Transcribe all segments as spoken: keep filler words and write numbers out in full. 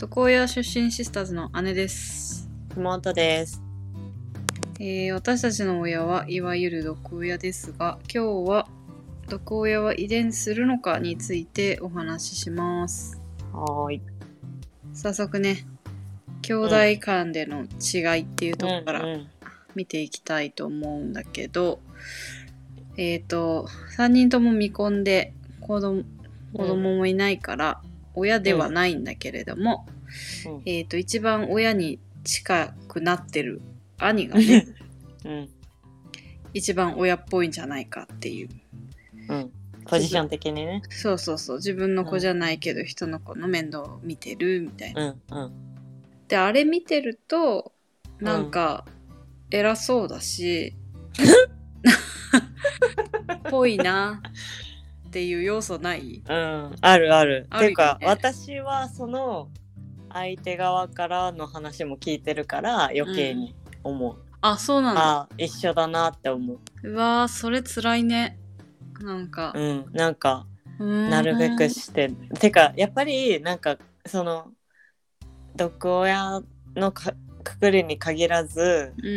床屋出身シスターズの姉です。 妹です、 えー、私たちの親はいわゆる毒親ですが、今日は毒親は遺伝するのかについてお話しします。 はーい。 早速ね、兄弟間での違いっていうところから見ていきたいと思うんだけど、うんうん、えっとさんにんとも未婚で子供、子供もいないから、うん、親ではないんだけれども、うん、えっと一番親に近くなってる兄がね、うん、一番親っぽいんじゃないかっていう、 うん、ポジション的にね。 そうそうそう、自分の子じゃないけど、うん、人の子の面倒を見てるみたいな、うんうん、であれ見てるとなんか偉そうだし、うん、ぽいなっていう要素ない？ うん、あるある。あるよね。ていうか私はその相手側からの話も聞いてるから余計に思う、うん、 あ、そうなんだ。 あ、一緒だなって思う。 うわー、それ辛いね。なんかうんなんかなるべくしててかやっぱりなんかその毒親のかくくりに限らず、うん、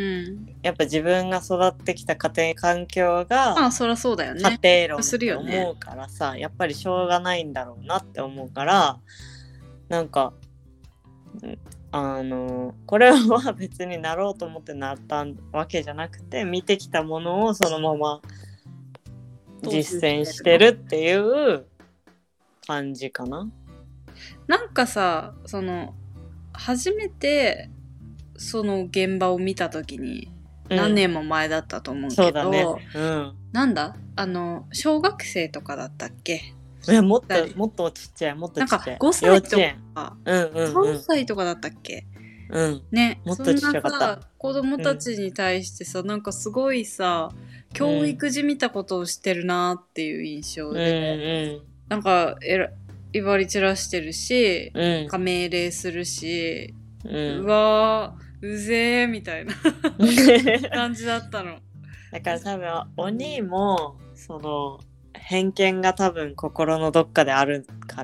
やっぱ自分が育ってきた家庭環境が、 まあそりゃそうだよね、 家庭論って思うからさ、ね、やっぱりしょうがないんだろうなって思うから、なんかあのこれは別になろうと思ってなったわけじゃなくて、見てきたものをそのまま実践してるっていう感じかな。 なんかさ、その初めてその現場を見た時に、何年も前だったと思うけど、うん、そうだね、うん、なんだあの小学生とかだったっけ？ いやもっともっとちっちゃいもっとちっちゃい、なんかごさいとか、うんうんうん、さんさいとかだったっけ？うんね、もっとちっちゃかった。そんなさ子供たちに対してさ、うん、なんかすごいさ教育じみたことをしてるなっていう印象で、うんうん、なんかえら威張り散らしてるし、うん、命令するし、うん、うわーうぜーみたいな感じだったの。 だから多分お兄もその偏見が多分心のどっかであるから。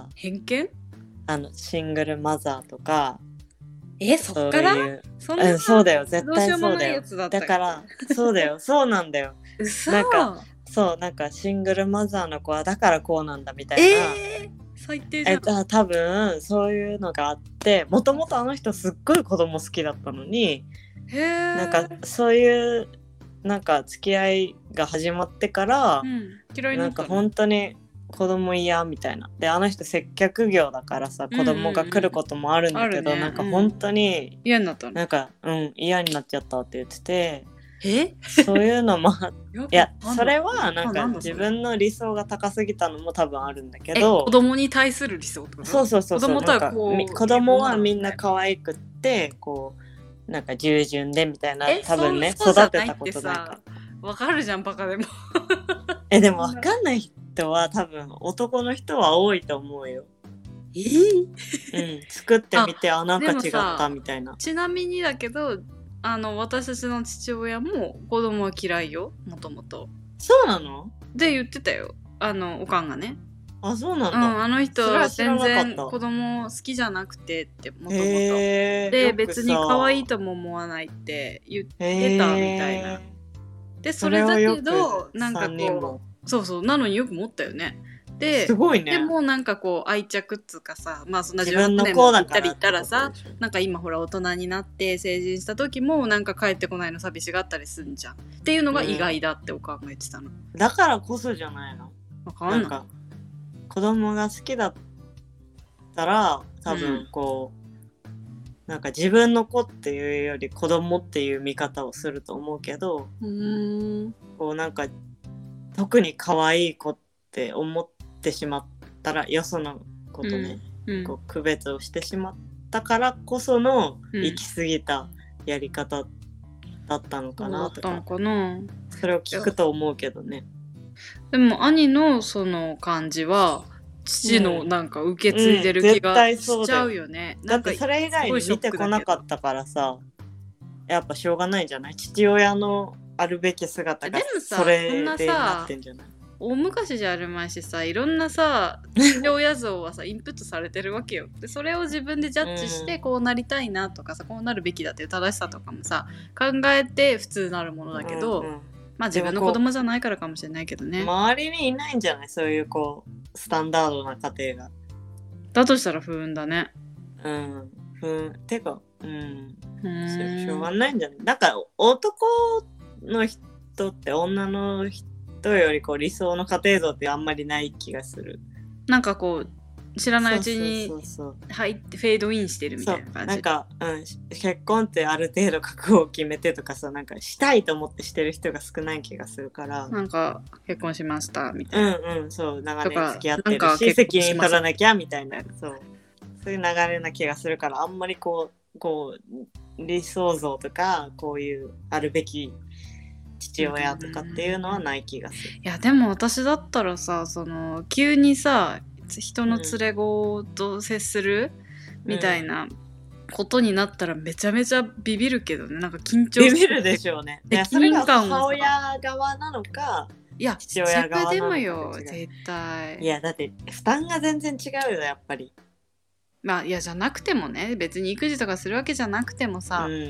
偏見？ あのシングルマザーとか。 え、そっからそういう、そんな、うん、そうだよ絶対そうだよ。だ, だからそうだよそうなんだよなんかそうなんかシングルマザーの子はだからこうなんだみたいな、 えー、最低じゃん。 え多分そういうのがあって、もともとあの人すっごい子供好きだったのに、へー、なんかそういうなんか付き合いが始まってから、うん、嫌いになったの？なんか本当に子供嫌みたいな。であの人接客業だからさ、子供が来ることもあるんだけど、うんうんうん、なんか本当に、 うん、嫌になったの？ なんかうん嫌になっちゃったって言ってて、 えそういうのもいやそれはなんか自分の理想が高すぎたのも多分あるんだけど、 子供に対する理想ってこと？ そうそうそうそう、子供とはこう子供はみんな可愛くってこうなんか従順でみたいな、多分ね育てたことないからわかるじゃんバカでもえでもわかんない人は多分男の人は多いと思うよ。 えー、 うん、作ってみて あ, あなんか違ったみたいな。 ちなみにだけどあの私たちの父親も子供は嫌いよ、もともと。 そうなの？ で言ってたよ、あのおかんがね。 あ、そうなんだ。 うん、あの人全然子供好きじゃなくてってもともとで別に可愛いとも思わないって言ってたみたいな。でそれだけどなんかこうそうそうなのによく持ったよね。で、 すごいね。 でもなんかこう愛着っつうかさ、まあそんなじゅうはちねんも行ったり行ったらさ、なんか今ほら大人になって成人した時もなんか帰ってこないの寂しがったりすんじゃんっていうのが意外だってお母が言ってたの、うん、 だからこそじゃないの？ わかんない。なんか子供が好きだったら多分こう、うん、なんか自分の子っていうより子供っていう見方をすると思うけど、うーんこうなんか特に可愛い子って思ってしまったらよその子とね、うんうん、こう区別をしてしまったからこその行き過ぎたやり方だったのかなとか、うん、そうだったのかな。それを聞くと思うけどね。 でも兄のその感じは父のなんか受け継いでる気がしちゃうよね、 うんうん、だ, だってそれ以外に見てこなかったからさ、やっぱしょうがないんじゃない？父親のあるべき姿がそれでなってんじゃない？ 大昔じゃあるまいしさ、いろんなさ父親像はさインプットされてるわけよ。でそれを自分でジャッジしてこうなりたいなとかさ、こうなるべきだっていう正しさとかもさ考えて普通なるものだけど、うんうん、まあ自分の子供じゃないからかもしれないけどね。 周りにいないんじゃない、そういうこうスタンダードな家庭が。 だとしたら不運だね。 うん不運てかうんうんしょうがないんじゃない。なんか男の人って女の人よりこう理想の家庭像ってあんまりない気がする。 なんかこう知らないうちに入ってフェードインしてるみたいな感じ。 なんか、うん、結婚ってある程度覚悟を決めてとかさ、なんかしたいと思ってしてる人が少ない気がするから。 なんか結婚しましたみたいな。 うんうんそう長年付き合ってるし責任取らなきゃみたいな、そうそういう流れな気がするから、あんまりこうこう理想像とかこういうあるべき父親とかっていうのはない気がする。 いやでも私だったらさ、その急にさ人の連れ子と接する、うん、みたいなことになったらめちゃめちゃビビるけどね。なんか緊張ビビるでしょうね。いやそれが母親側なのかいや父親側なのかでもよ絶対。 いやだって負担が全然違うよやっぱり。 まあいやじゃなくてもね、別に育児とかするわけじゃなくてもさ、 うんうん、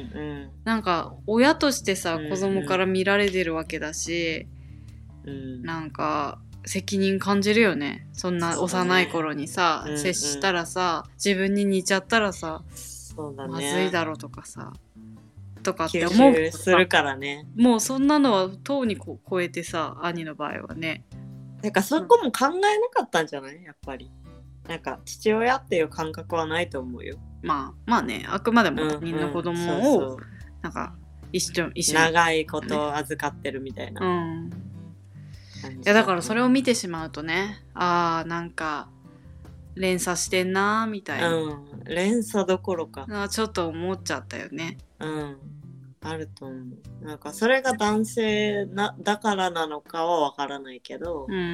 なんか親としてさ、うんうん、子供から見られてるわけだし、うん、なんか責任感じるよね。そんな幼い頃にさ、ね、接したらさ、うんうん、自分に似ちゃったらさ、 そうだね、 まずいだろとかさとかって思う吸収するからね。 もうそんなのはとうにこ超えてさ、兄の場合はね。 なんかそこも考えなかったんじゃないやっぱり。なんか父親っていう感覚はないと思うよ。 まあまあね、あくまでも他人の子供をなんか一緒一緒に長いこと預かってるみたいな、 うん、いやだからそれを見てしまうとね、あーなんか連鎖してんなみたいな、 うん、連鎖どころかちょっと思っちゃったよね。 うんあると思う。なんかそれが男性なだからなのかはわからないけど、うん、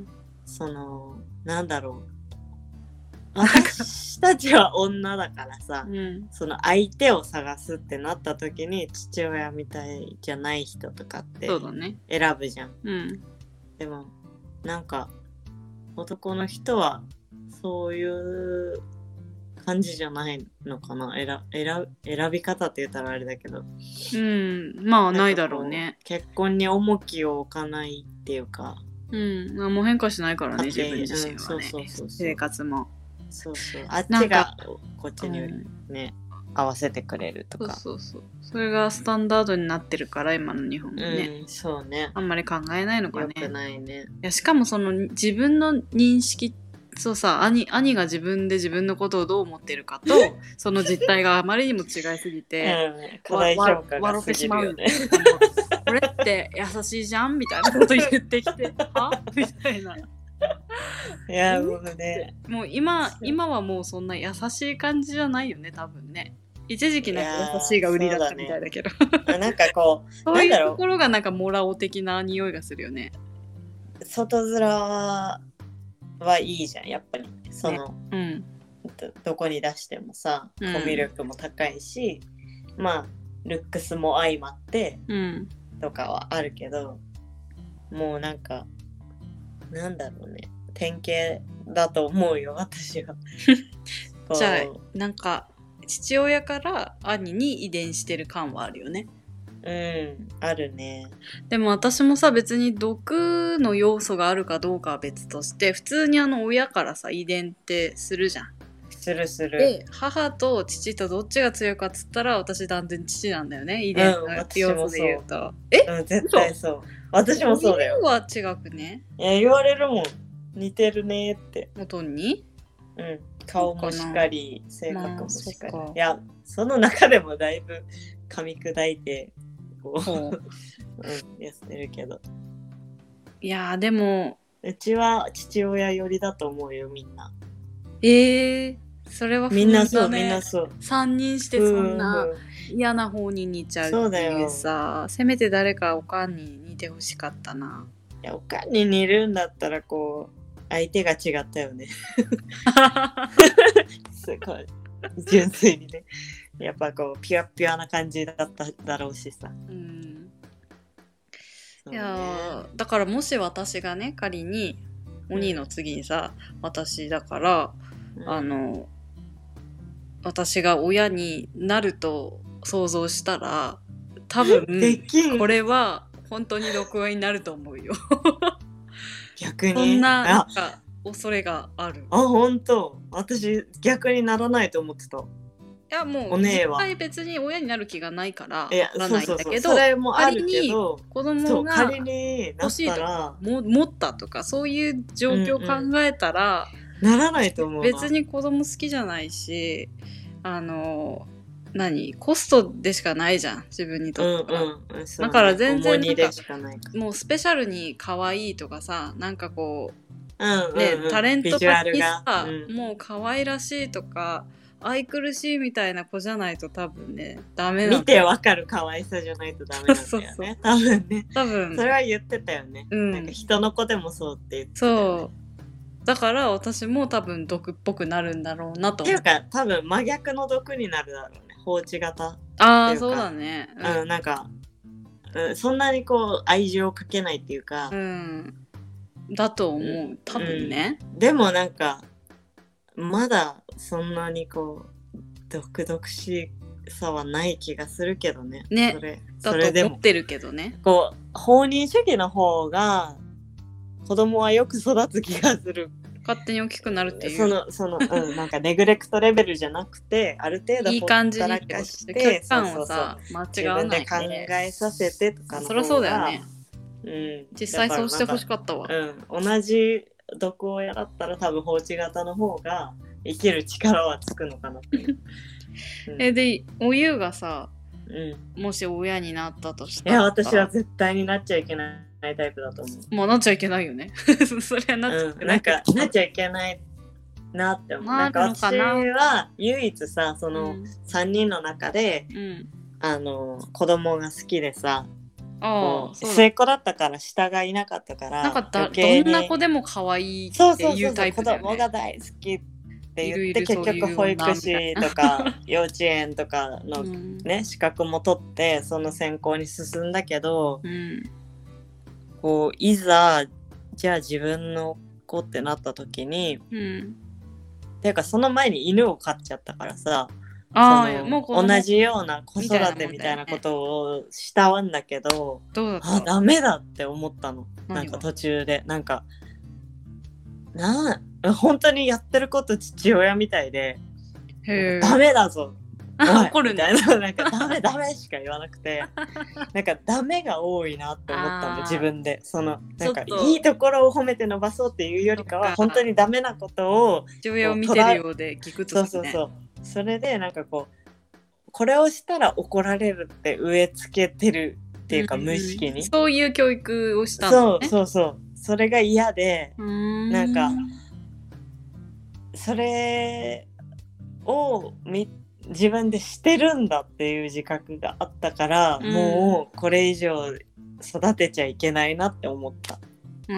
そのなんだろう私たちは女だからさ、うん、その相手を探すってなった時に父親みたいじゃない人とかって選ぶじゃん。 うん、 でもなんか男の人はそういう感じじゃないのかな。選, 選, 選び方って言ったらあれだけど、 うん、まあないだろうね。 結婚に重きを置かないっていうか、 うん、もう変化しないからね自分自身はね、うん、そうそうそうそう生活もそうそうあっちがこっちにね、うん、合わせてくれるとか、 そうそうそうそれがスタンダードになってるから今の日本もね、 うん、そうねあんまり考えないのかね。 よくないね。 いやしかもその自分の認識そうさ 兄, 兄が自分で自分のことをどう思ってるかとその実態があまりにも違いすぎて、 うん、過大評価が過ぎるよね。 これって優しいじゃんみたいなこと言ってきてはみたいな。 いやもうねもう 今, 今はもうそんな優しい感じじゃないよね多分ね。一時期なんか優しいが売りだったみたいだけどだ、ね、なんかこうそういうところがなんかモラオ的な匂いがするよね。 外面はいいじゃんやっぱりその、ねうん、ど, どこに出してもさコミュ力も高いし、うん、まあルックスも相まってとかはあるけど、うん、もうなんかなんだろうね典型だと思うよ私はじゃあなんか父親から兄に遺伝してる感はあるよね。 うんあるね。 でも私もさ別に毒の要素があるかどうかは別として普通にあの親からさ遺伝ってするじゃん。 するする。 で母と父とどっちが強いかっつったら私断然父なんだよね遺伝の要素で言うと、うん、え、 うん、絶対そう私もそうだよ。 は違くね。 いや言われるもん似てるねって元にうん顔もしっかり性格もしっかり、まあ、いやその中でもだいぶ噛み砕いてこう、うん、やってるけどいやでもうちは父親寄りだと思うよみんな。 えー、それはみんなそうみんなそうさんにんしてそんな嫌な方に似ちゃうっていうさ、せめて誰かおかんに似てほしかったな。 いやおかんに似るんだったらこう相手が違ったよねすごい純粋にねやっぱこうピュアピュアな感じだっただろうしさ、 うん、 いやだからもし私がね仮にお兄の次にさ、うん、私だから、うん、あの私が親になると想像したら多分これは本当に毒親になると思うよ逆にそんななんか恐れがある。 あ本当私逆にならないと思ってた。 いやもう実際別に親になる気がないからならないんだけど、仮に子供が欲しいとかも持ったとかそういう状況を考えたら、 うんうん、ならないと思う。 別に子供好きじゃないし、あの何コストでしかないじゃん自分にとっては、うんうん、だから全然なんかもうスペシャルに可愛いとかさなんかこう、うんうんうん、ねタレント的にさ、うん、もう可愛らしいとか愛くるしいみたいな子じゃないと多分ねダメなんだ。 見てわかる可愛さじゃないとダメなんだよね。そうそう多分ね。 多分それは言ってたよね、うん、なんか人の子でもそうって言ってたよね。 そうだから私も多分毒っぽくなるんだろうなと思う。 っていうか多分真逆の毒になるだろうね放置型。 ああそうだね、 うん、うん、なんか、うん、そんなにこう愛情をかけないっていうか、 うん、だと思う多分ね、 うん、でもなんかまだそんなにこう毒々しさはない気がするけどね。 ね、 それそれでもだと思ってるけどね。 こう放任主義の方が子供はよく育つ気がする。 勝手に大きくなるっていう。 そのそのうんなんかネグレクトレベルじゃなくてある程度ほったらかして距離感をさ間違わないで自分で考えさせてとかの方が。 そりゃそうだよね。 うん、 実際そうしてほしかったわ。 うん、同じ毒親だったら多分放置型の方が生きる力はつくのかなっていう、 うん、えでおゆうがさ、うん、もし親になったとしたら。 いや私は絶対になっちゃいけないタイプだと思う。 もうなっちゃいけないよねそれはなっちゃいけない、 うん、なんかなっちゃいけないなって思う。なんか私は唯一さそのさんにんの中で、うん、あの子供が好きでさあ末っ子だったから下がいなかったからなんかだどんな子でも可愛いっていうタイプだよね。 そうそうそう子供が大好きって言って結局保育士とか幼稚園とかのね、うん、資格も取ってその専攻に進んだけど、うん、こういざじゃあ自分の子ってなった時に、うん、ていうかその前に犬を飼っちゃったからさあそのもう同じような子育てみたいなことをしたんだけど、 どうだった？ あダメだって思ったの。なんか途中でなんかな本当にやってること父親みたいでダメだぞ怒るみたいななんかダメダメしか言わなくてなんかダメが多いなって思ったの自分で。そのなんかいいところを褒めて伸ばそうっていうよりかは本当にダメなことを父親を見てるようで聞くと、 ね、そうそうそうそれでなんかこうこれをしたら怒られるって植え付けてるっていうか、うん、無意識にそういう教育をしたのね。そうそうそうそれが嫌でんなんかそれをみ自分でしてるんだっていう自覚があったから、うん、もうこれ以上育てちゃいけないなって思った。 うん、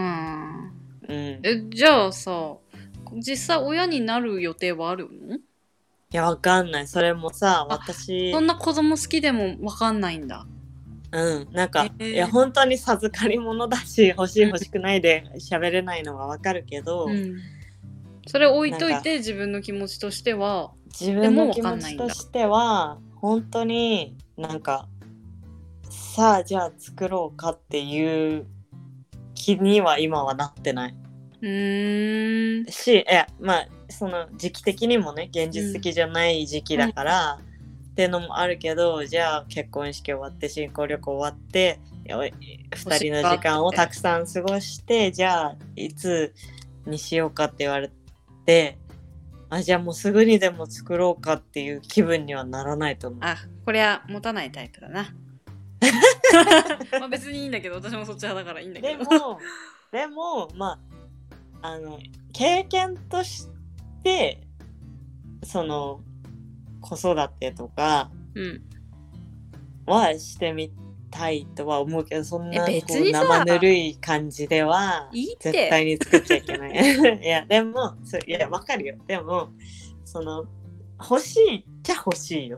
うん、えじゃあさ実際親になる予定はあるの？ いやわかんない。それもさ私そんな子供好きでもわかんないんだ。 うんなんか、えー、いや本当に授かり物だし欲しい欲しくないで喋れないのはわかるけど、うん、 それ置いといて自分の気持ちとしては自分の気持ちとしては本当になんかさあじゃあ作ろうかっていう気には今はなってない。 うーんしいやまあその時期的にもね現実的じゃない時期だから、うん、っていうのもあるけどじゃあ結婚式終わって新婚旅行終わってふたりの時間をたくさん過ごしてじゃあいつにしようかって言われてあじゃあもうすぐにでも作ろうかっていう気分にはならないと思う。 あこれは持たないタイプだなまあ別にいいんだけど私もそっち派だからいいんだけどでもでもまああの経験としてその子育てとかはしてみたいとは思うけどそんなこう生ぬるい感じではいい絶対に作っちゃいけないいやでもそいやわかるよでもその欲しいっちゃ欲しいよ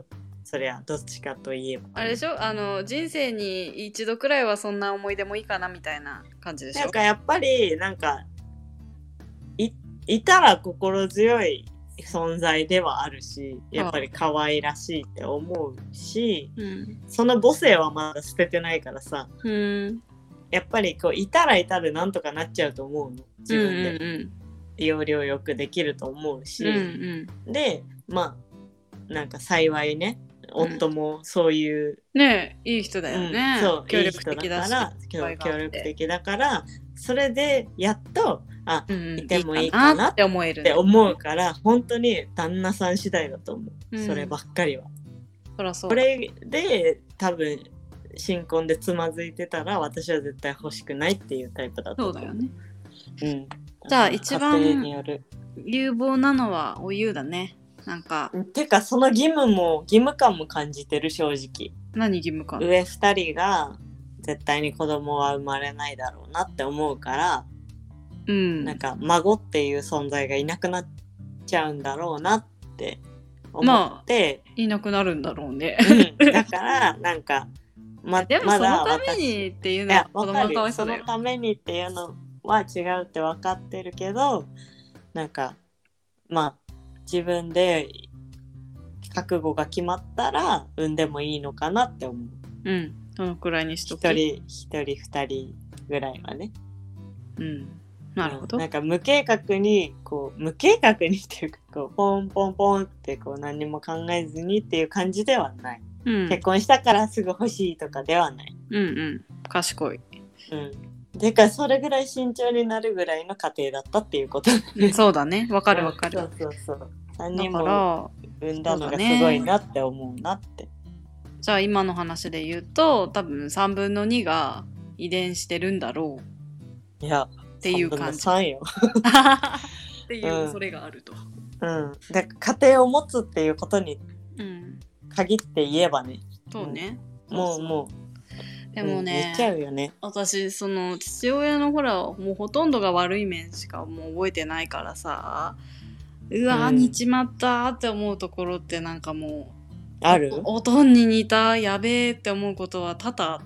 そりゃどっちかといえば。 あれでしょ、あの人生に一度くらいはそんな思い出もいいかなみたいな感じでしょ。 なんかやっぱりなんか い, いたら心強い存在ではあるし、やっぱり可愛らしいって思うし、 うん、 その母性はまだ捨ててないからさ、 うん、やっぱりこういたらいたでなんとかなっちゃうと思うの、自分で、 うんうんうん、 要領よくできると思うし、 うんうん、 でまあなんか幸いね、夫もそういう、 うん、ねえいい人だよね、 うん、そう協力的だし、 いい人だから協力的だからそれでやっとあ、うん、いてもいいかなって思える、って思うから本当に旦那さん次第だと思う、うん、そればっかりは。そらそう。これで多分新婚でつまずいてたら私は絶対欲しくないっていうタイプだと思う。そうだよね。うん。 じゃあ一番有望なのはお湯だね。なんか。 てかその義務も義務感も感じてる、正直。 何義務感？ 上ふたりが絶対に子供は生まれないだろうなって思うから、うん、なんか孫っていう存在がいなくなっちゃうんだろうなって思って、 まあ、いなくなるんだろうね。 うん、だからなんか。ま、 でもそのためにっていうのは子供がかわいそうだよ。 そのためにっていうのは違うって分かってるけど、なんかまあ自分で覚悟が決まったら産んでもいいのかなって思う。 うん、そのくらいにしとく。 一人一人二人ぐらいはね。 うん、なるほど。 なんか無計画にこう無計画にっていうかこうポンポンポンってこう何も考えずにっていう感じではない。うん、結婚したからすぐ欲しいとかではない。 うんうん、賢い。 うん。でかそれぐらい慎重になるぐらいの家庭だったっていうこと。 そうだね、わかるわかる。 そうそうそう。さんにんも産んだのがすごいなって思うなって。 じゃあ今の話で言うと多分さんぶんのにが遺伝してるんだろう。いやっていう感じ。 さんぶんのさんよ。 っていう恐れがあると。 うん。うん、だから家庭を持つっていうことに。うん限って言えばね。 そうね。 うん、もうもう。でもね、うん、 言っちゃうよね。 私その父親のほらもうほとんどが悪い面しかもう覚えてないからさ、うわー、うん、似ちまったって思うところってなんかもうある？ お, おとんに似たやべえって思うことは多々あって。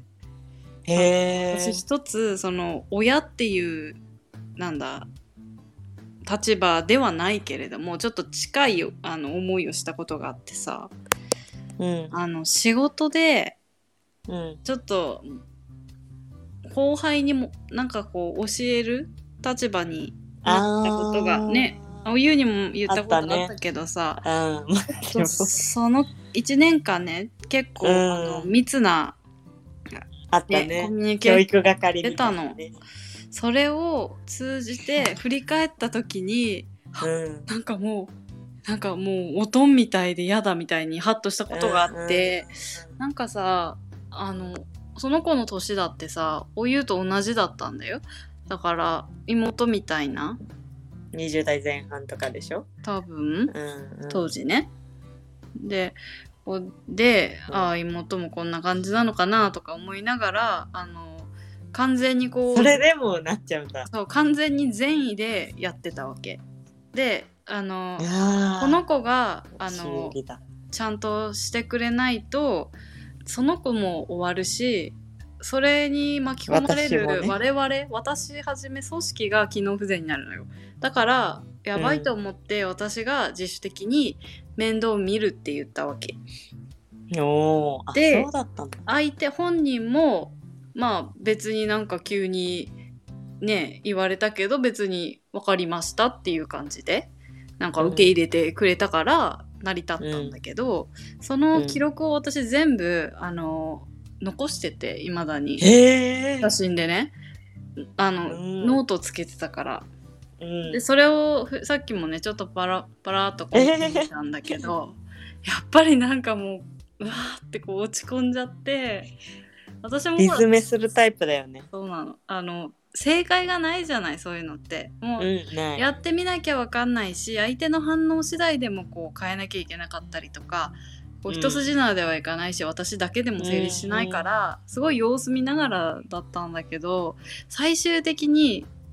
へー。 私一つその親っていうなんだ立場ではないけれどもちょっと近いあの思いをしたことがあってさ、うん、あの仕事でちょっと後輩にもなんかこう教える立場になったことがね、おゆうにも言ったことあったけどさ、ね、うん、そのいちねんかんね結構、うん、あの密な、 あったね、コミュニケーション教育係みたいな、ね、 出たの。それを通じて振り返った時に、うん、なんかもうなんかもうおとんみたいで嫌だみたいにハッとしたことがあって、うんうん、なんかさあのその子の年だってさおゆうと同じだったんだよ。だから妹みたいなにじゅう代前半とかでしょ多分、うんうん、当時ね。でで、ああ妹もこんな感じなのかなとか思いながらあの完全にこうそれでもなっちゃうんだ。 そう完全に善意でやってたわけで、あのこの子があのちゃんとしてくれないとその子も終わるし、それに巻き込まれる我々、ね、私はじめ組織が機能不全になるのよ。だからやばいと思って私が自主的に面倒を見るって言ったわけ。 おー、 で、 あ、そうだったんだ。 相手本人もまあ別になんか急にね言われたけど別に分かりましたっていう感じでなんか受け入れてくれたから成り立ったんだけど、うん、その記録を私全部あの残してて未だに写真でねあの、うん、ノートつけてたから、うん、でそれをさっきもねちょっとパラパラっとこう見たんだけどやっぱりなんかもううわーってこう落ち込んじゃって私もリズメするタイプだよね。 そうなの。あの正解がないじゃないそういうのってもう、うん、やってみなきゃ分かんないし相手の反応次第でもこう変えなきゃいけなかったりとかこう一筋縄ではいかないし、うん、私だけでも成立しないから、うん、すごい様子見ながらだったんだけど最終的に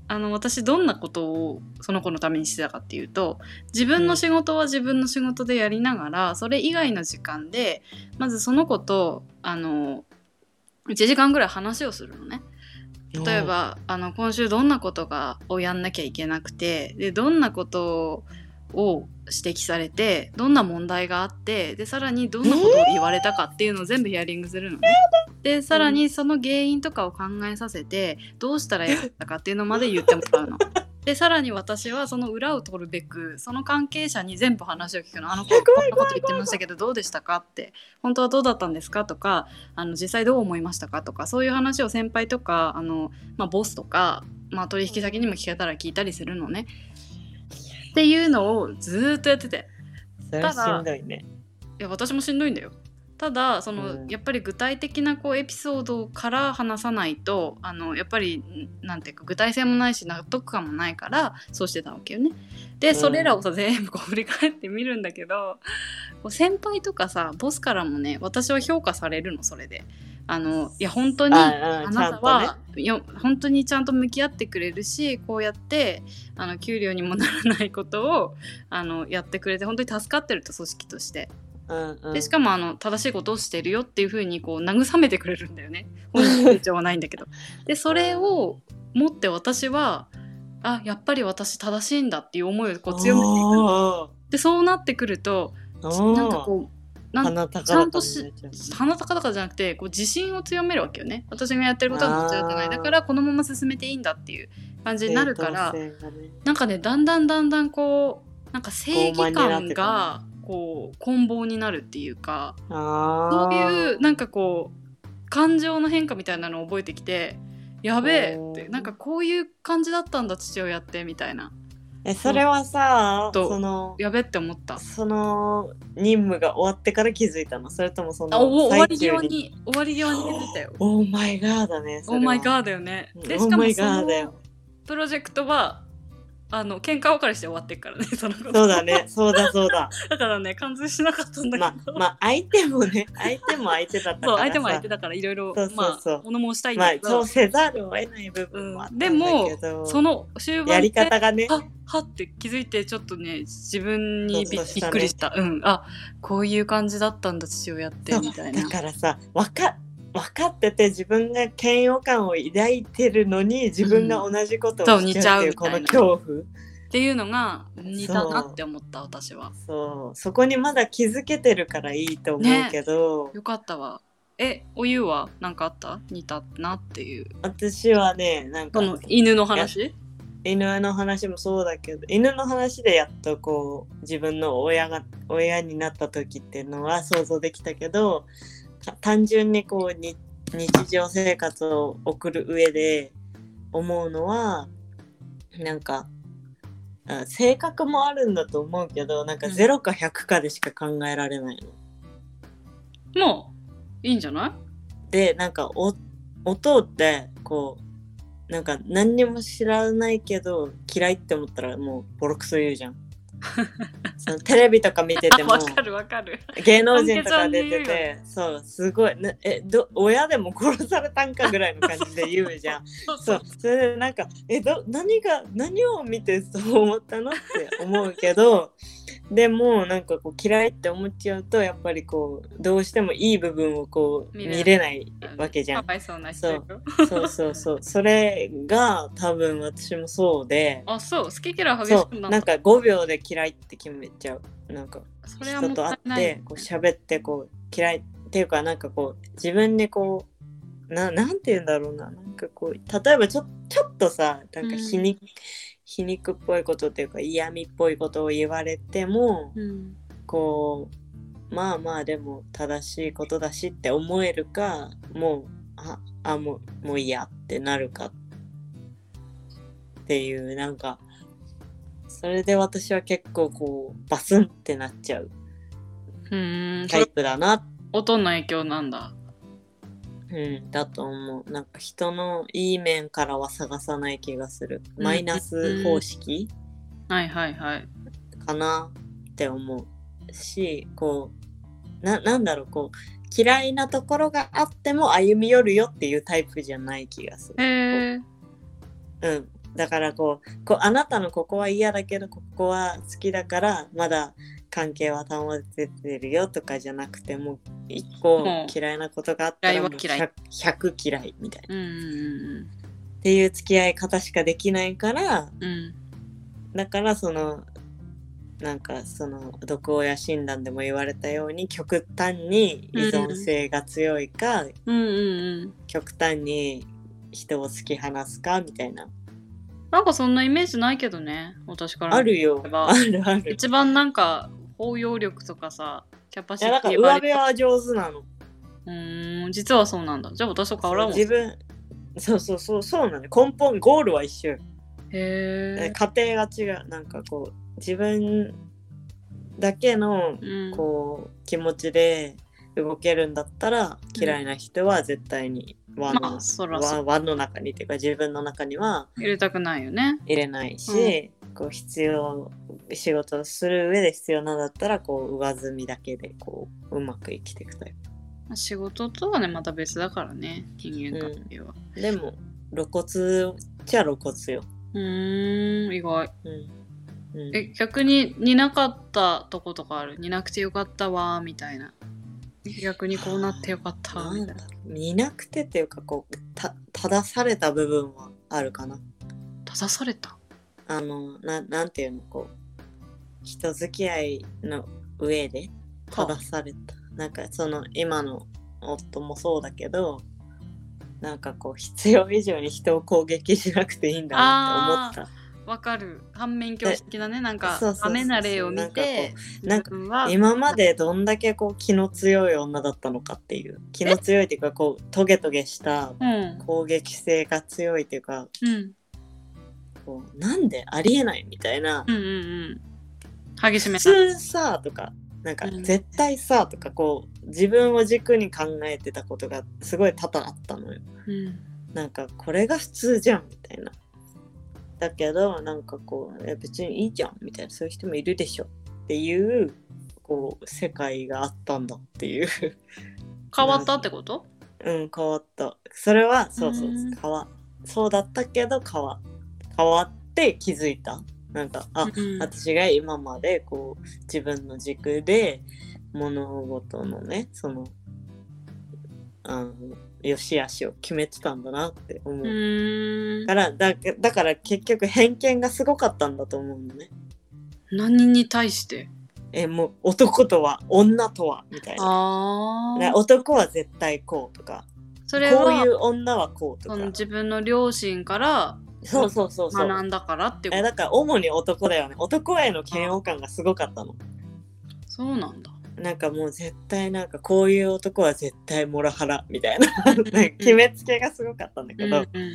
あの私どんなことをその子のためにしてたかっていうと、自分の仕事は自分の仕事でやりながら、うん、それ以外の時間でまずその子とあのいちじかんぐらい話をするのね。例えばあの今週どんなことがをやんなきゃいけなくて、でどんなことを指摘されて、どんな問題があって、でさらにどんなことを言われたかっていうのを全部ヒアリングするのね。でさらにその原因とかを考えさせて、どうしたらよかったかっていうのまで言ってもらうの。でさらに私はその裏を取るべくその関係者に全部話を聞くの。あの子こんなこと言ってましたけどどうでしたかって、本当はどうだったんですかとか、あの実際どう思いましたかとか、そういう話を先輩とかあの、まあ、ボスとか、まあ、取引先にも聞けたら聞いたりするのね。っていうのをずーっとやってて、 それはしんどいね。 いや私もしんどいんだよ。ただその、うん、やっぱり具体的なこうエピソードから話さないと、あのやっぱりなんていうか具体性もないし納得感もないからそうしてたわけよね。で、うん、それらをさ全部こう振り返ってみるんだけど、こう先輩とかさボスからもね、私は評価されるの。それであのいや本当にあなたは、ね、よ本当にちゃんと向き合ってくれるし、こうやってあの給料にもならないことをあのやってくれて本当に助かってると、組織として。うんうん、でしかもあの正しいことをしてるよっていう風にこう慰めてくれるんだよね。本人成長はないんだけど。でそれを持って私はあやっぱり私正しいんだっていう思いをこう強めていくの。でそうなってくるとなんかこうなん鼻高々ちゃんとし鼻高々じゃなくてこう自信を強めるわけよね。私がやってることは間違ってない、だからこのまま進めていいんだっていう感じになるから、ね、なんかねだんだんだんだんこうなんか正義感がこう棍棒になるっていうか、そういうなんかこう感情の変化みたいなのを覚えてきて、やべえってなんかこういう感じだったんだ父親ってみたいな。 えそれはさそのやべって思った。 その任務が終わってから気づいたの？それともその終わり際に終わり際に気づいたよ。 オーマイガーだね。 オーマイガーだよね。でしかもそのプロジェクトはあの喧嘩別れして終わってっからね。そのことそうだね、そうだそうだ。 だからね完全しなかったんだけど、 ま、まあ相手もね相手も相手だったからさ、 そう相手も相手だからいろいろまあ物申したいんだけど、 まあ、そうせざるを得ない部分もあったんだけど、 うん、でもその終盤でやり方がねははって気づいてちょっとね自分に び, びっくりした、うん、あこういう感じだったんだ父親ってみたいな。 だからさわか分かってて自分が嫌悪感を抱いてるのに自分が同じことをしちゃうっていうこの恐怖、うん、 っていうのが似たなって思った私は。 そうそこにまだ気づけてるからいいと思うけど、 ね、よかったわ。えおゆうは何かあった？似たなっていう。 私はねなんかこの犬の話犬の話もそうだけど、犬の話でやっとこう自分の親が親になった時っていうのは想像できたけど、単純にこうに日常生活を送る上で思うのはなんか性格もあるんだと思うけど、なんかゼロかひゃくかでしか考えられないの。もういいんじゃない？でなんかお音ってこうなんか何にも知らないけど嫌いって思ったらもうボロクソ言うじゃん。そのテレビとか見ててもわかるわかる、 芸能人とか出ててそうすごいえど親でも殺されたんかぐらいの感じで言うじゃん。そうそうそれでなんかえど何が何を見てそう思ったのって思うけどでもなんかこう嫌いって思っちゃうとやっぱりこうどうしてもいい部分をこう見れないわけじゃん。 かわいそうな人そうそうそうそうそれが多分私もそうで、 あそう好き嫌い激しくなった。 そうなんかごびょうで嫌いって決めちゃう。なんか人と会ってこう喋ってこう嫌いっていうかなんかこう自分でこう な, なんて言うんだろうななんかこう例えばちょちょっとさなんか皮肉、うん、皮肉っぽいことっていうか嫌味っぽいことを言われても、うん、こうまあまあでも正しいことだしって思えるか、もうああもうもう嫌ってなるかっていうなんかそれで私は結構こうバスンってなっちゃうタイプだな。 音の影響なんだ。 うんだと思う。なんか人のいい面からは探さない気がする。マイナス方式、 うん、はいはいはいかなって思うし、こう な, なんだろうこう嫌いなところがあっても歩み寄るよっていうタイプじゃない気がする。 へーうんだからこう、こうあなたのここは嫌だけどここは好きだからまだ関係は保ててるよとかじゃなくて、もう一個嫌いなことがあったらもう 100, ひゃく嫌いみたいな、うんうんうん、っていう付き合い方しかできないから、うん、だからそのなんかその毒親診断でも言われたように極端に依存性が強いか、うんうんうん、極端に人を突き放すかみたいな。 なんかそんなイメージないけどね、私からあるよ。あるある。 一番なんか包容力とかさ、キャパシティ。 いや、だから上辺は上手なの。 うーん、実はそうなんだ。じゃあ私と変わらんもん。 自分、そうそうそうそうなんだ。根本ゴールは一緒。 へー。 家庭が違う。なんかこう自分だけのこう、うん、気持ちで動けるんだったら、嫌いな人は絶対に輪の、まあ、そらそ輪の中にっていうか自分の中には入れたくないよね。 入れないし、うん、こう必要仕事をする上で必要なんだったらこう上積みだけでこううまく生きていくタイプ。仕事とはねまた別だからね、人間関係は、 うん、でも露骨っちゃ露骨よ。 うーん、意外。うんうん、え逆に似なかったとことかある？似なくてよかったわみたいな。逆にこうなってよかったみたいな。 似なくてっていうかこうた正された部分はあるかな。 正された？ あの な, なんていうのこう人付き合いの上で正された。なんかその今の夫もそうだけど、なんかこう必要以上に人を攻撃しなくていいんだなって思った。 わかる。反面教師的なね、なんかダメな例を見て、 なんか今までどんだけこう気の強い女だったのかっていう、気の強いっていうかこうトゲトゲした攻撃性が強いっていうか、うん、こうなんでありえないみたいな、うんうんうん、 激しめ普通さとかなんか絶対さとかこう自分を軸に考えてたことがすごい多々あったのよ、うん、なんかこれが普通じゃんみたいな。だけどなんかこう別にいいじゃんみたいな、そういう人もいるでしょっていうこう世界があったんだっていう変わったってこと？ うん変わった。それはそうそう変わそうだったけど変わ変わって気づいた。なんかあ、うん、私が今までこう自分の軸で物事のねそのあの良し悪しを決めてたんだなって思う。うーんから だ, だから結局偏見がすごかったんだと思うのね。 何に対して？ えもう男とは女とはみたいな。あ男は絶対こうとか、それはこういう女はこうとか、 その自分の両親からそうそうそうそう学んだからってこと。 えだから主に男だよね。男への嫌悪感がすごかったの。 そうなんだ。 なんかもう絶対なんかこういう男は絶対モラハラみたいな決めつけがすごかったんだけど、うんうん、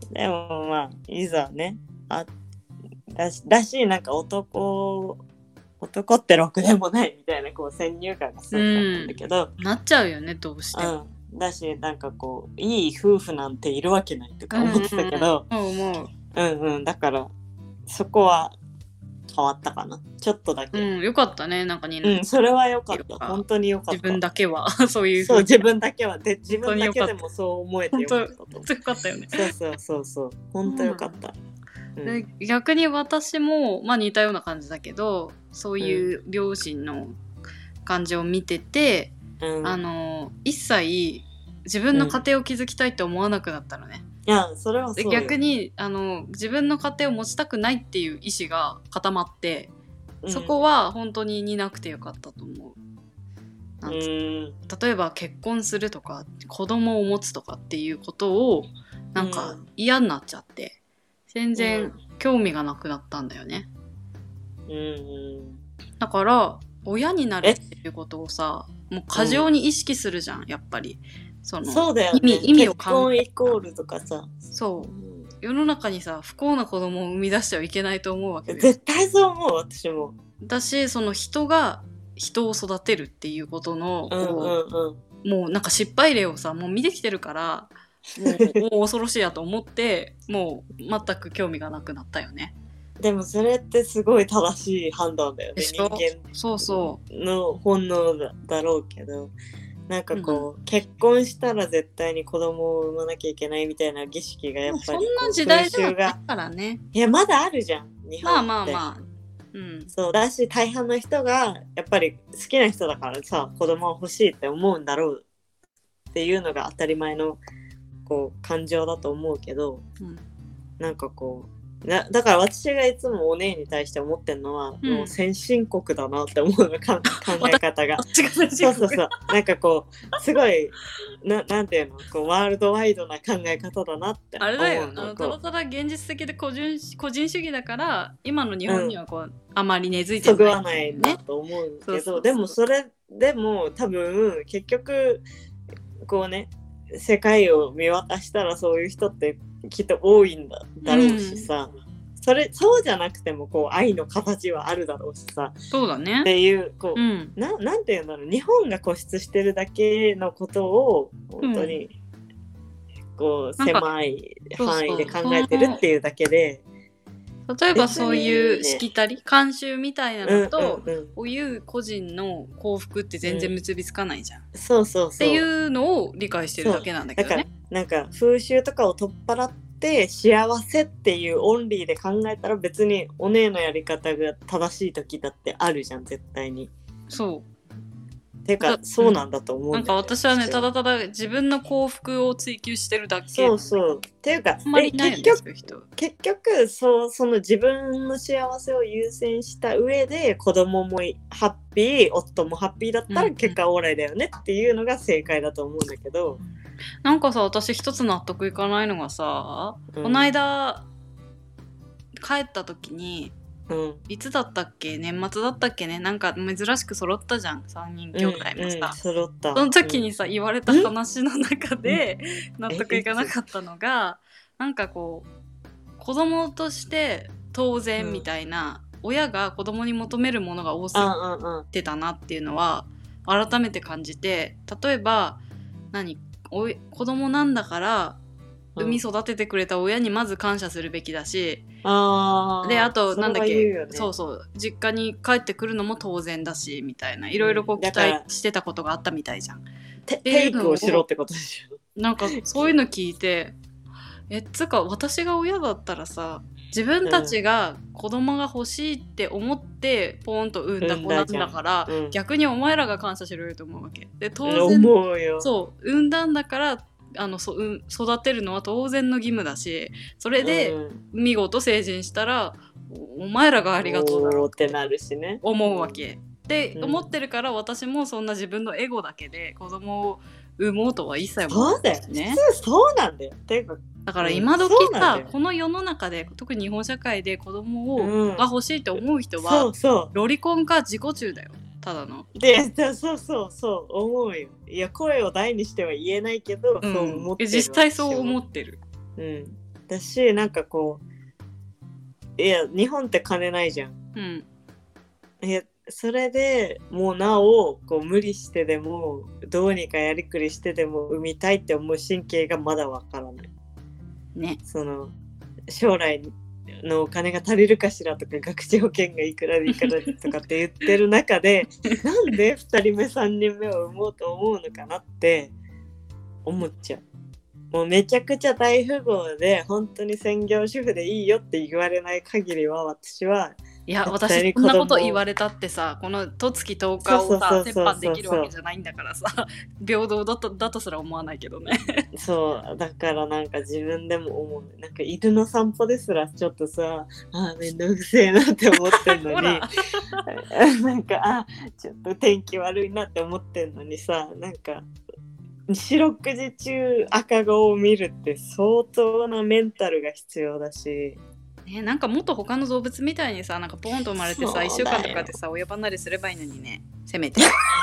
でもまあいざねあだし、だしなんか男男ってろくでもないみたいなこう先入観がすごかったんだけど、 うん、なっちゃうよねどうしても、 うん、だしなんかこういい夫婦なんているわけないとか思ってたけど、うんうんうん、うんうん、だからそこは変わったかなちょっとだけ。 うん、よかったねなんかに、 うん、それはよかった本当によかった。 自分だけはそういうそう自分だけはで自分だけでもそう思えてよかったと思う。 本当よかったよね。 そうそうそうそう本当よかった。 うん、で逆に私もまあ似たような感じだけどそういう両親の感じを見てて、うん、あの一切自分の家庭を築きたいって思わなくなったのね。 いやそれはそうよ。 逆にあの自分の家庭を持ちたくないっていう意思が固まって、うん、そこは本当に似なくてよかったと思う。なんつうん例えば結婚するとか子供を持つとかっていうことをなんか嫌になっちゃって、うん、全然興味がなくなったんだよね、うん、だから親になるっていうことをさもう過剰に意識するじゃん、うん、やっぱりそのそうだよね、意味、意味を考え結婚イコールとかさそう、うん、世の中にさ不幸な子供を生み出してはいけないと思うわけです。 絶対そう思う私も。 だしその人が人を育てるっていうことのこう、うんうんうん、もうなんか失敗例をさもう見てきてるからもうもう恐ろしいやと思ってもう全く興味がなくなったよね。 でもそれってすごい正しい判断だよね。人間そうそうの本能 だ, だろうけどなんかこう、うん、結婚したら絶対に子供を産まなきゃいけないみたいな儀式がやっぱりそんな時代ではないからね。 いやまだあるじゃん日本って。まあまあまあ、うん、 そうだし大半の人がやっぱり好きな人だからさ子供は欲しいって思うんだろうっていうのが当たり前のこう感情だと思うけど、うん、なんかこうなだから私がいつもお姉に対して思ってるのは、うん、もう先進国だなって思うの考え方がそうそうそうなんかこうすごい な, なんていうのこうワールドワイドな考え方だなって思うの。 あれだよあのただただ現実的で個人個人主義だから今の日本にはこう、うん、あまり根付いてない、 そぐわないんだと思うけど、そうそうそうでもそれでも多分結局こうね世界を見渡したらそういう人ってきっと多いん だ, だろうしさ、うん、それそうじゃなくてもこう愛の形はあるだろうしさそうだねっていうこう、うん、な, なんていうんだろう日本が固執してるだけのことを本当にこう、狭い範囲で考えてるっていうだけで例えばそういうしきたり、ね、慣習みたいなのと、うんうんうん、こういう個人の幸福って全然結びつかないじゃん、 うん、そうそうそうっていうのを理解してるだけなんだけどね。 だからなんか風習とかを取っ払って幸せっていうオンリーで考えたら別にお姉のやり方が正しい時だってあるじゃん絶対に。 そうてかそうなんだと思うんだよ、 なんか私はねただただ自分の幸福を追求してるだけ。 そうそうっていうかあんまりないよね結局人結局そうその自分の幸せを優先した上で子供もハッピー夫もハッピーだったら結果オーライだよねっていうのが正解だと思うんだけど、うん、 なんかさ私一つ納得いかないのがさ、うん、この間帰った時にうん、いつだったっけ年末だったっけねなんか珍しく揃ったじゃんさんにん兄弟もさ、うんうん、 揃ったその時にさ、うん、言われた話の中で、うん、納得いかなかったのがなんかこう子供として当然みたいな、うん、親が子供に求めるものが多すぎてたなっていうのは改めて感じて例えば何おい子供なんだから産み育ててくれた親にまず感謝するべきだし、あであとなんだっけ、ね、そうそう実家に帰ってくるのも当然だしみたいないろいろこう期待してたことがあったみたいじゃん。 テイクをしろってことでしょ。 なんかそういうの聞いてえっつか私が親だったらさ自分たちが子供が欲しいって思ってポーンと産んだ子なんだから、うん、逆にお前らが感謝しろよと思うわけで当然思うよそう産んだんだからあのそ、うん、育てるのは当然の義務だしそれで見事成人したら、うん、お前らがありがとうだろうってなるしね思うわけ、うん、で思ってるから私もそんな自分のエゴだけで子供を産もうとは一切思わない、ね、 そうだよ普通そうなんだよていうかだから今時さ、うん、この世の中で特に日本社会で子供を、うん、が欲しいと思う人はそうそうロリコンか自己中だよただのでそうそうそう思うよいや声を大にしては言えないけど、うん、そう思ってる実際そう思ってるうんだしなんかこういや日本って金ないじゃんうんいやそれでもうなおこう無理してでもどうにかやりくりしてでも産みたいって思う神経がまだわからないねその将来のお金が足りるかしらとか学資保険がいくらでいくらでとかって言ってる中でなんでふたりめさんにんめを産もうと思うのかなって思っちゃうもうめちゃくちゃ大富豪で本当に専業主婦でいいよって言われない限りは私はいや私こんなこと言われたってさこの十月とおかをさ折半できるわけじゃないんだからさ平等だとだとすら思わないけどねそうだからなんか自分でも思うなんか犬の散歩ですらちょっとさあめんどくせえなって思ってんのになんかあちょっと天気悪いなって思ってんのにさなんか四六時中赤子を見るって相当なメンタルが必要だしね、なんかもっと他の動物みたいにさなんかポンと生まれてさいっしゅうかんとかでさ親離れすればいいのにねせめて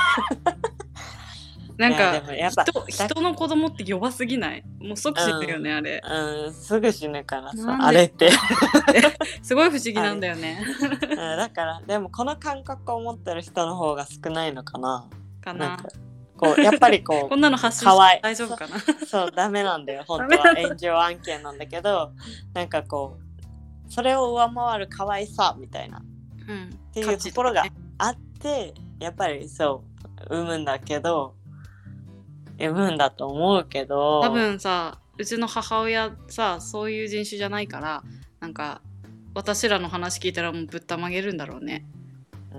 なんか人, 人の子供って弱すぎないもう即死ぬよね、うん、あれ、 うん、すぐ死ぬからさあれってすごい不思議なんだよねだからでもこの感覚を持ってる人の方が少ないのかなかななんかこうやっぱりこうこんなの発信して大丈夫かなそう、そうダメなんだよ本当は炎上案件なんだけどなんかこうそれを上回る可愛さみたいな、うん、っていうところがあって、ね、やっぱりそう産むんだけど産むんだと思うけど、 多分さ、うちの母親さ、そういう人種じゃないから、なんか私らの話聞いたらもうぶったまげるんだろうね。うん、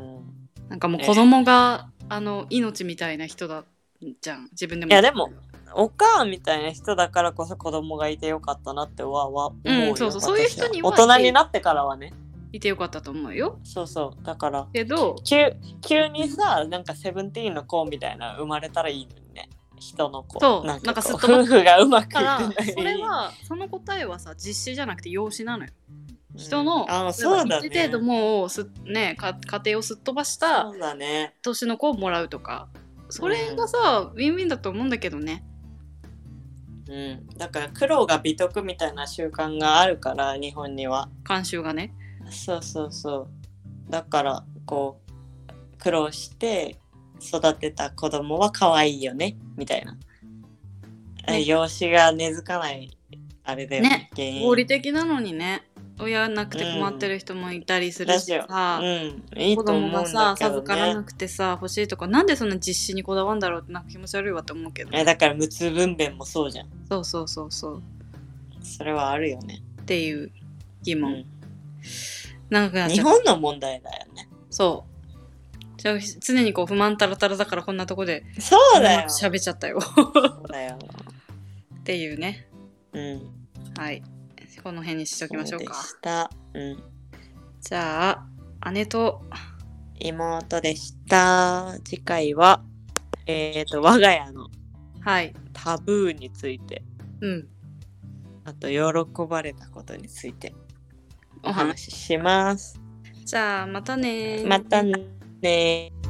なんかもう子供があの命みたいな人だじゃん、自分でも。 いやでもお母みたいな人だからこそ子供がいてよかったなっては思うよ、 うん、そうそう、そういう人には大人になってからはねいてよかったと思うよ。 そうそうだからけど急急にさ、なんかセブンティーンの子みたいな生まれたらいいのにね、人の子。 そうなんかこうなんか夫婦がうまくいってない。 それはその答えはさ、実子じゃなくて養子なのよ。人うの、 ん、あ、そうだね、 一程度もうす、ね、か家庭をすっ飛ばした年の子をもらうとか、それがさ、うん、ウィンウィンだと思うんだけどね。 うん、だから苦労が美徳みたいな習慣があるから日本には慣習がね。 そうそうそうだからこう苦労して育てた子供は可愛いよねみたいな、ね、養子が根付かないあれだよね、 ね、合理的なのにね、親なくて困ってる人もいたりするしさ、うんうん、いいと思うんだけどね、子供がさ授からなくてさ欲しいとか、なんでそんな実子にこだわるんだろうってなんか気持ち悪いわと思うけど、ね、 えだから無痛分娩もそうじゃん。 そうそうそうそう、 それはあるよねっていう疑問、うん、 なんか日本の問題だよね。 そうじゃあ常にこう不満たらたらだからこんなとこでそうだよ喋っちゃったよそうだよっていうね、 うん、 はい、この辺にしておきましょうか。 そうでした、うん、 じゃあ姉と妹でした。次回はえーと我が家のタブーについて、 はい、うん、 あと喜ばれたことについてお話しします。 じゃあまたね。 またね。